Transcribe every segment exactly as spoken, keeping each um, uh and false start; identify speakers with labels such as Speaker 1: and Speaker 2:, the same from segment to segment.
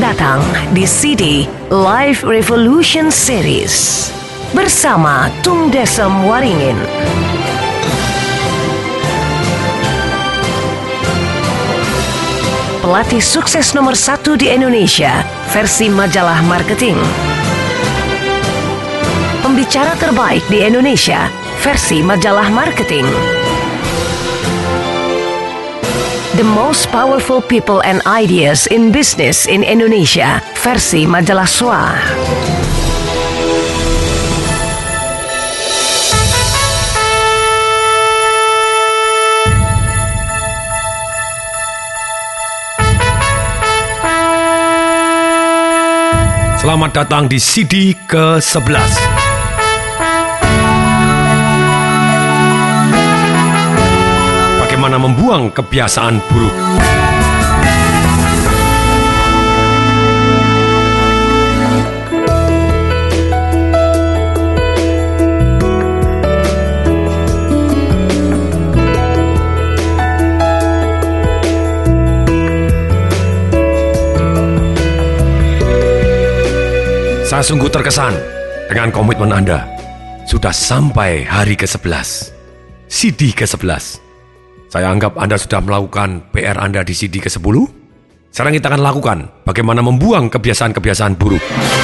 Speaker 1: datang di C D Live Revolution Series bersama Tung Desem Waringin. Pelatih sukses nomor satu di Indonesia versi majalah marketing. Pembicara terbaik di Indonesia versi majalah marketing. The most powerful people and ideas in business in Indonesia versi majalah S W A.
Speaker 2: Selamat datang di C D ke sebelas. Bagaimana membuang kebiasaan buruk. Saya sungguh terkesan dengan komitmen Anda. Sudah sampai hari ke sebelas, C D ke sebelas. Saya anggap Anda sudah melakukan P R Anda di C D ke sepuluh. Sekarang kita akan lakukan bagaimana membuang kebiasaan-kebiasaan buruk.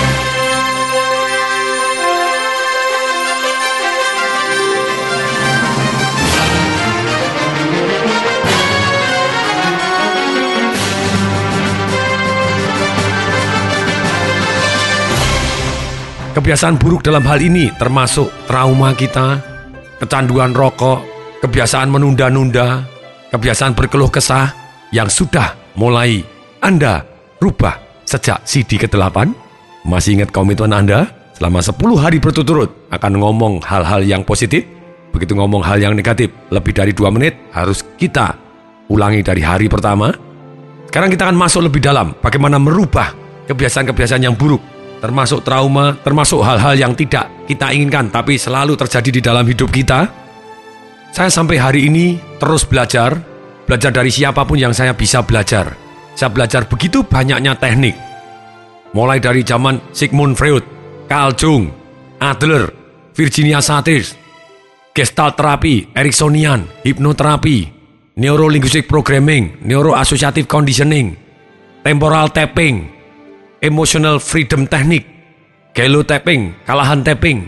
Speaker 2: Kebiasaan buruk dalam hal ini termasuk trauma kita, kecanduan rokok, kebiasaan menunda-nunda, kebiasaan berkeluh kesah yang sudah mulai Anda rubah sejak C D ke delapan. Masih ingat komitmen Anda? Selama sepuluh hari berturut-turut akan ngomong hal-hal yang positif. Begitu ngomong hal yang negatif, lebih dari dua menit harus kita ulangi dari hari pertama. Sekarang kita akan masuk lebih dalam bagaimana merubah kebiasaan-kebiasaan yang buruk, termasuk trauma, termasuk hal-hal yang tidak kita inginkan tapi selalu terjadi di dalam hidup kita. Saya sampai hari ini terus belajar, belajar dari siapapun yang saya bisa belajar. Saya belajar begitu banyaknya teknik. Mulai dari zaman Sigmund Freud, Carl Jung, Adler, Virginia Satir, Gestalt terapi, Ericksonian, hipnoterapi, Neuro-linguistic programming, Neuro-associative conditioning, temporal tapping, emotional freedom technique, gelo tapping, kalahan tapping.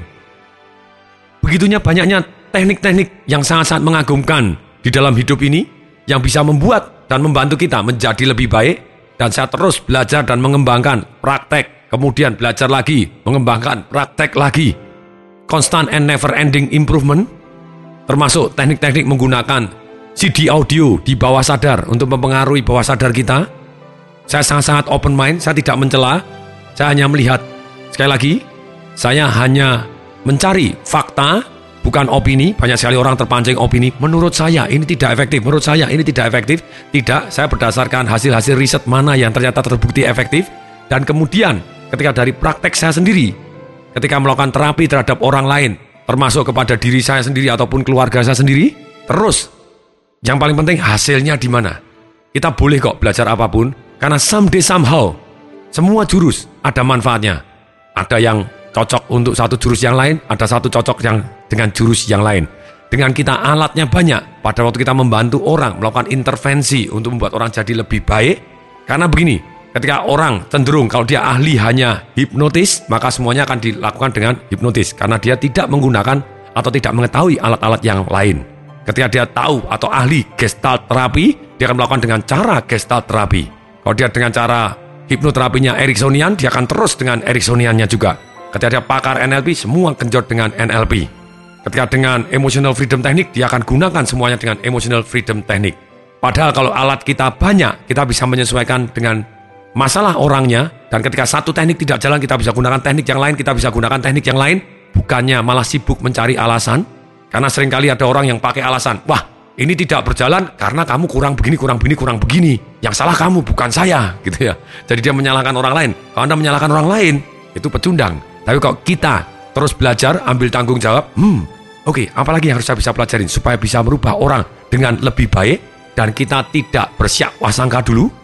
Speaker 2: Begitunya banyaknya teknik-teknik yang sangat-sangat mengagumkan di dalam hidup ini yang bisa membuat dan membantu kita menjadi lebih baik. Dan saya terus belajar dan mengembangkan praktek, kemudian belajar lagi, mengembangkan praktek lagi. Constant and never ending improvement, termasuk teknik-teknik menggunakan C D audio di bawah sadar untuk mempengaruhi bawah sadar kita. Saya sangat-sangat open mind, saya tidak mencela, saya hanya melihat. Sekali lagi, saya hanya mencari fakta, bukan opini. Banyak sekali orang terpancing opini. Menurut saya ini tidak efektif, menurut saya ini tidak efektif. Tidak, saya berdasarkan hasil-hasil riset mana yang ternyata terbukti efektif. Dan kemudian ketika dari praktek saya sendiri, ketika melakukan terapi terhadap orang lain, termasuk kepada diri saya sendiri ataupun keluarga saya sendiri, terus yang paling penting hasilnya di mana. Kita boleh kok belajar apapun, karena someday somehow semua jurus ada manfaatnya. Ada yang cocok untuk satu jurus yang lain, ada satu cocok yang dengan jurus yang lain. Dengan kita alatnya banyak, pada waktu kita membantu orang melakukan intervensi untuk membuat orang jadi lebih baik. Karena begini, ketika orang cenderung kalau dia ahli hanya hipnotis, maka semuanya akan dilakukan dengan hipnotis, karena dia tidak menggunakan atau tidak mengetahui alat-alat yang lain. Ketika dia tahu atau ahli gestalt terapi, dia akan melakukan dengan cara gestalt terapi. Kalau dia dengan cara hipnoterapinya Ericksonian, dia akan terus dengan Ericksoniannya juga. Ketika dia pakar N L P, semua genjot dengan N L P. Ketika dengan emotional freedom technique, dia akan gunakan semuanya dengan emotional freedom technique. Padahal kalau alat kita banyak, kita bisa menyesuaikan dengan masalah orangnya. Dan ketika satu teknik tidak jalan, kita bisa gunakan teknik yang lain, kita bisa gunakan teknik yang lain. Bukannya malah sibuk mencari alasan. Karena seringkali ada orang yang pakai alasan, wah, ini tidak berjalan karena kamu kurang begini, kurang begini, kurang begini. Yang salah kamu, bukan saya, gitu ya. Jadi dia menyalahkan orang lain. Kalau Anda menyalahkan orang lain, itu pecundang. Tapi kalau kita terus belajar, ambil tanggung jawab, hmm, oke, okay, apalagi yang harus saya bisa pelajarin supaya bisa merubah orang dengan lebih baik, dan kita tidak bersiap wasangka dulu.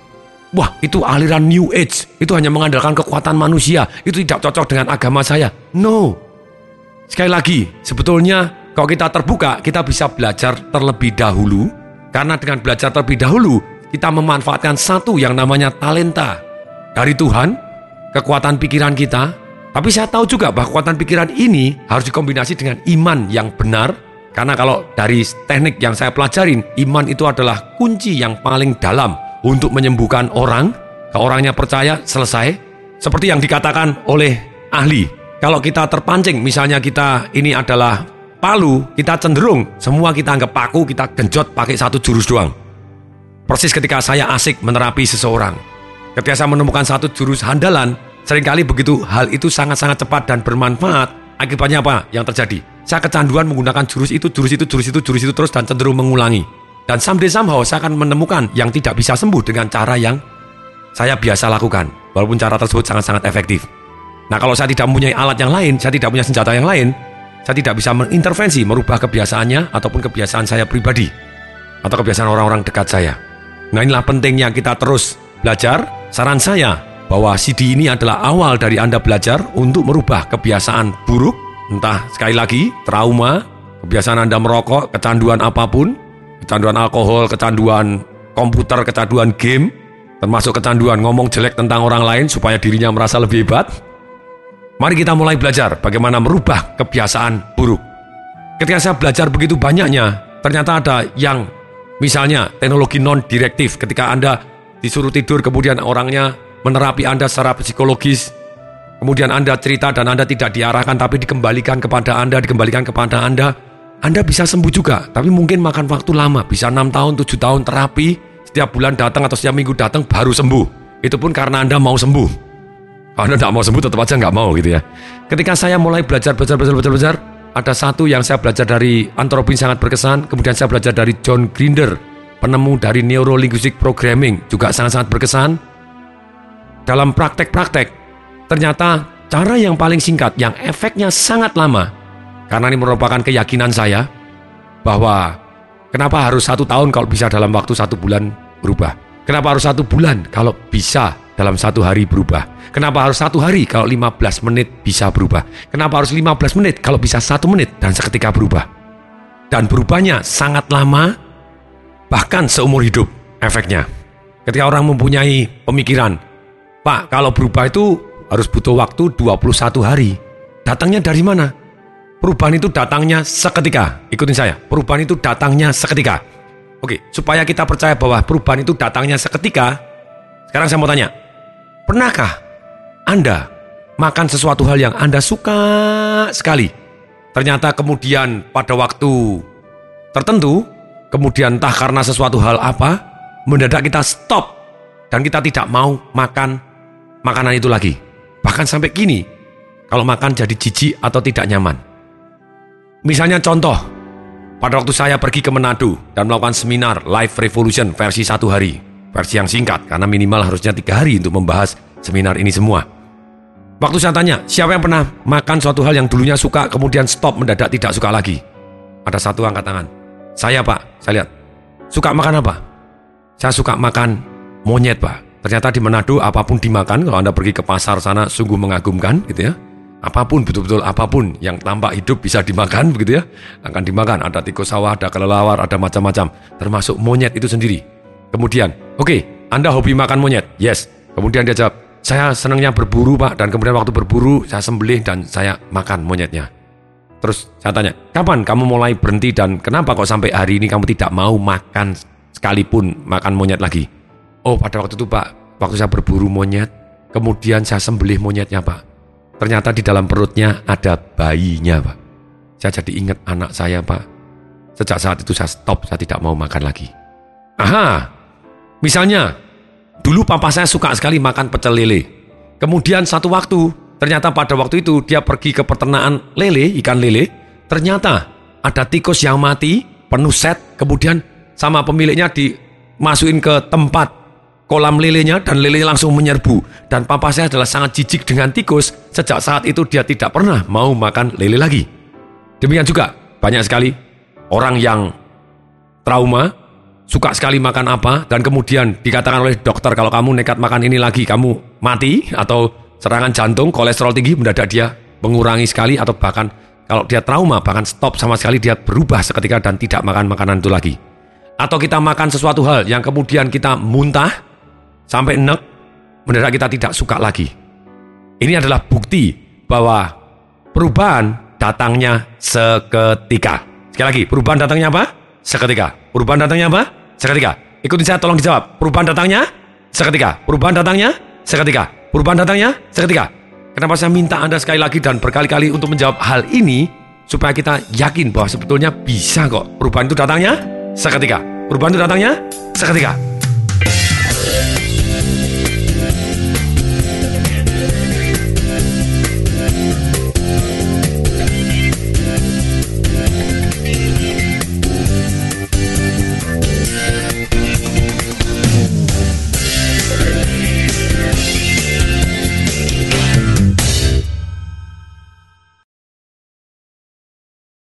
Speaker 2: wah itu aliran New Age, itu hanya mengandalkan kekuatan manusia, itu tidak cocok dengan agama saya. No. Sekali lagi, sebetulnya kalau kita terbuka, kita bisa belajar terlebih dahulu. Karena dengan belajar terlebih dahulu, kita memanfaatkan satu yang namanya talenta dari Tuhan, kekuatan pikiran kita. Tapi saya tahu juga bahwa kekuatan pikiran ini harus dikombinasi dengan iman yang benar. Karena kalau dari teknik yang saya pelajarin, iman itu adalah kunci yang paling dalam untuk menyembuhkan orang. Kalau orangnya percaya, selesai. Seperti yang dikatakan oleh ahli, kalau kita terpancing, misalnya kita ini adalah palu, kita cenderung semua kita anggap paku, kita genjot pakai satu jurus doang. Persis ketika saya asik menerapi seseorang, ketika saya menemukan satu jurus handalan, seringkali begitu hal itu sangat-sangat cepat dan bermanfaat. Akibatnya apa yang terjadi? Saya kecanduan menggunakan jurus itu, jurus itu, jurus itu, jurus itu terus dan cenderung mengulangi. Dan someday somehow saya akan menemukan yang tidak bisa sembuh dengan cara yang saya biasa lakukan, walaupun cara tersebut sangat-sangat efektif. Nah, kalau saya tidak mempunyai alat yang lain, saya tidak punya senjata yang lain, saya tidak bisa mengintervensi, merubah kebiasaannya ataupun kebiasaan saya pribadi atau kebiasaan orang-orang dekat saya. Nah, inilah pentingnya kita terus belajar. Saran saya bahwa C D ini adalah awal dari Anda belajar untuk merubah kebiasaan buruk, entah sekali lagi trauma, kebiasaan Anda merokok, kecanduan apapun, kecanduan alkohol, kecanduan komputer, kecanduan game, termasuk kecanduan ngomong jelek tentang orang lain supaya dirinya merasa lebih hebat. Mari kita mulai belajar bagaimana merubah kebiasaan buruk. Ketika saya belajar begitu banyaknya, ternyata ada yang misalnya teknologi non-direktif. Ketika Anda disuruh tidur, kemudian orangnya menerapi Anda secara psikologis, kemudian Anda cerita dan Anda tidak diarahkan tapi dikembalikan kepada Anda, dikembalikan kepada Anda, Anda bisa sembuh juga. Tapi mungkin makan waktu lama, bisa enam tahun, tujuh tahun terapi, setiap bulan datang atau setiap minggu datang baru sembuh. Itu pun karena Anda mau sembuh. Anda tidak mau sembuh, tetap aja nggak mau gitu ya. Ketika saya mulai belajar, belajar, belajar, belajar, belajar, ada satu yang saya belajar dari antropologi sangat berkesan. Kemudian saya belajar dari John Grinder, penemu dari Neuro-Linguistic Programming, juga sangat-sangat berkesan. Dalam praktek-praktek, ternyata cara yang paling singkat, yang efeknya sangat lama, karena ini merupakan keyakinan saya, bahwa kenapa harus satu tahun kalau bisa dalam waktu satu bulan berubah? Kenapa harus satu bulan kalau bisa dalam satu hari berubah? Kenapa harus satu hari kalau lima belas menit bisa berubah? Kenapa harus lima belas menit kalau bisa satu menit dan seketika berubah? Dan berubahnya sangat lama, bahkan seumur hidup efeknya. Ketika orang mempunyai pemikiran, Pak, kalau berubah itu harus butuh waktu dua puluh satu hari. Datangnya dari mana? Perubahan itu datangnya seketika. Ikutin saya, perubahan itu datangnya seketika. Oke, supaya kita percaya bahwa perubahan itu datangnya seketika, sekarang saya mau tanya, pernahkah Anda makan sesuatu hal yang Anda suka sekali? Ternyata kemudian pada waktu tertentu, kemudian entah karena sesuatu hal apa, mendadak kita stop dan kita tidak mau makan makanan itu lagi. Bahkan sampai kini, kalau makan jadi jijik atau tidak nyaman. Misalnya contoh, pada waktu saya pergi ke Manado dan melakukan seminar Life Revolution versi satu hari, versi yang singkat karena minimal harusnya tiga hari untuk membahas seminar ini semua. Waktu saya tanya, siapa yang pernah makan suatu hal yang dulunya suka kemudian stop mendadak tidak suka lagi? Ada satu angkat tangan. Saya, Pak. Saya lihat. Suka makan apa? Saya suka makan monyet, Pak. Ternyata di Manado apapun dimakan. Kalau Anda pergi ke pasar sana sungguh mengagumkan gitu ya. Apapun, betul-betul apapun yang tampak hidup bisa dimakan begitu ya. Akan dimakan. Ada tikus sawah, ada kelelawar, ada macam-macam. Termasuk monyet itu sendiri. Kemudian, oke, okay, Anda hobi makan monyet? Yes. Kemudian dia jawab, saya senangnya berburu, Pak. Dan kemudian waktu berburu saya sembelih dan saya makan monyetnya. Terus saya tanya, kapan kamu mulai berhenti dan kenapa kok sampai hari ini kamu tidak mau makan sekalipun makan monyet lagi? Oh, pada waktu itu, Pak, waktu saya berburu monyet, kemudian saya sembelih monyetnya, Pak. Ternyata di dalam perutnya ada bayinya, Pak. Saya jadi ingat anak saya, Pak. Sejak saat itu saya stop, saya tidak mau makan lagi. Aha, misalnya dulu papa saya suka sekali makan pecel lele. Kemudian satu waktu, ternyata pada waktu itu dia pergi ke peternakan lele, ikan lele. Ternyata ada tikus yang mati, penuh set. Kemudian sama pemiliknya dimasukin ke tempat kolam lelenya dan lele langsung menyerbu. Dan papa saya adalah sangat jijik dengan tikus. Sejak saat itu dia tidak pernah mau makan lele lagi. Demikian juga banyak sekali orang yang trauma suka sekali makan apa, dan kemudian dikatakan oleh dokter kalau kamu nekat makan ini lagi, kamu mati, atau serangan jantung, kolesterol tinggi, mendadak dia mengurangi sekali, atau bahkan kalau dia trauma, bahkan stop sama sekali, dia berubah seketika dan tidak makan makanan itu lagi. Atau kita makan sesuatu hal yang kemudian kita muntah, sampai enek, mendadak kita tidak suka lagi. Ini adalah bukti bahwa perubahan datangnya seketika. Sekali lagi, perubahan datangnya apa? Seketika. Perubahan datangnya apa? Seketika. Ikutin saya, tolong dijawab. Perubahan datangnya seketika. Perubahan datangnya seketika. Perubahan datangnya seketika. Kenapa saya minta Anda sekali lagi dan berkali-kali untuk menjawab hal ini? Supaya kita yakin bahwa sebetulnya bisa kok. Perubahan itu datangnya seketika. Perubahan itu datangnya seketika.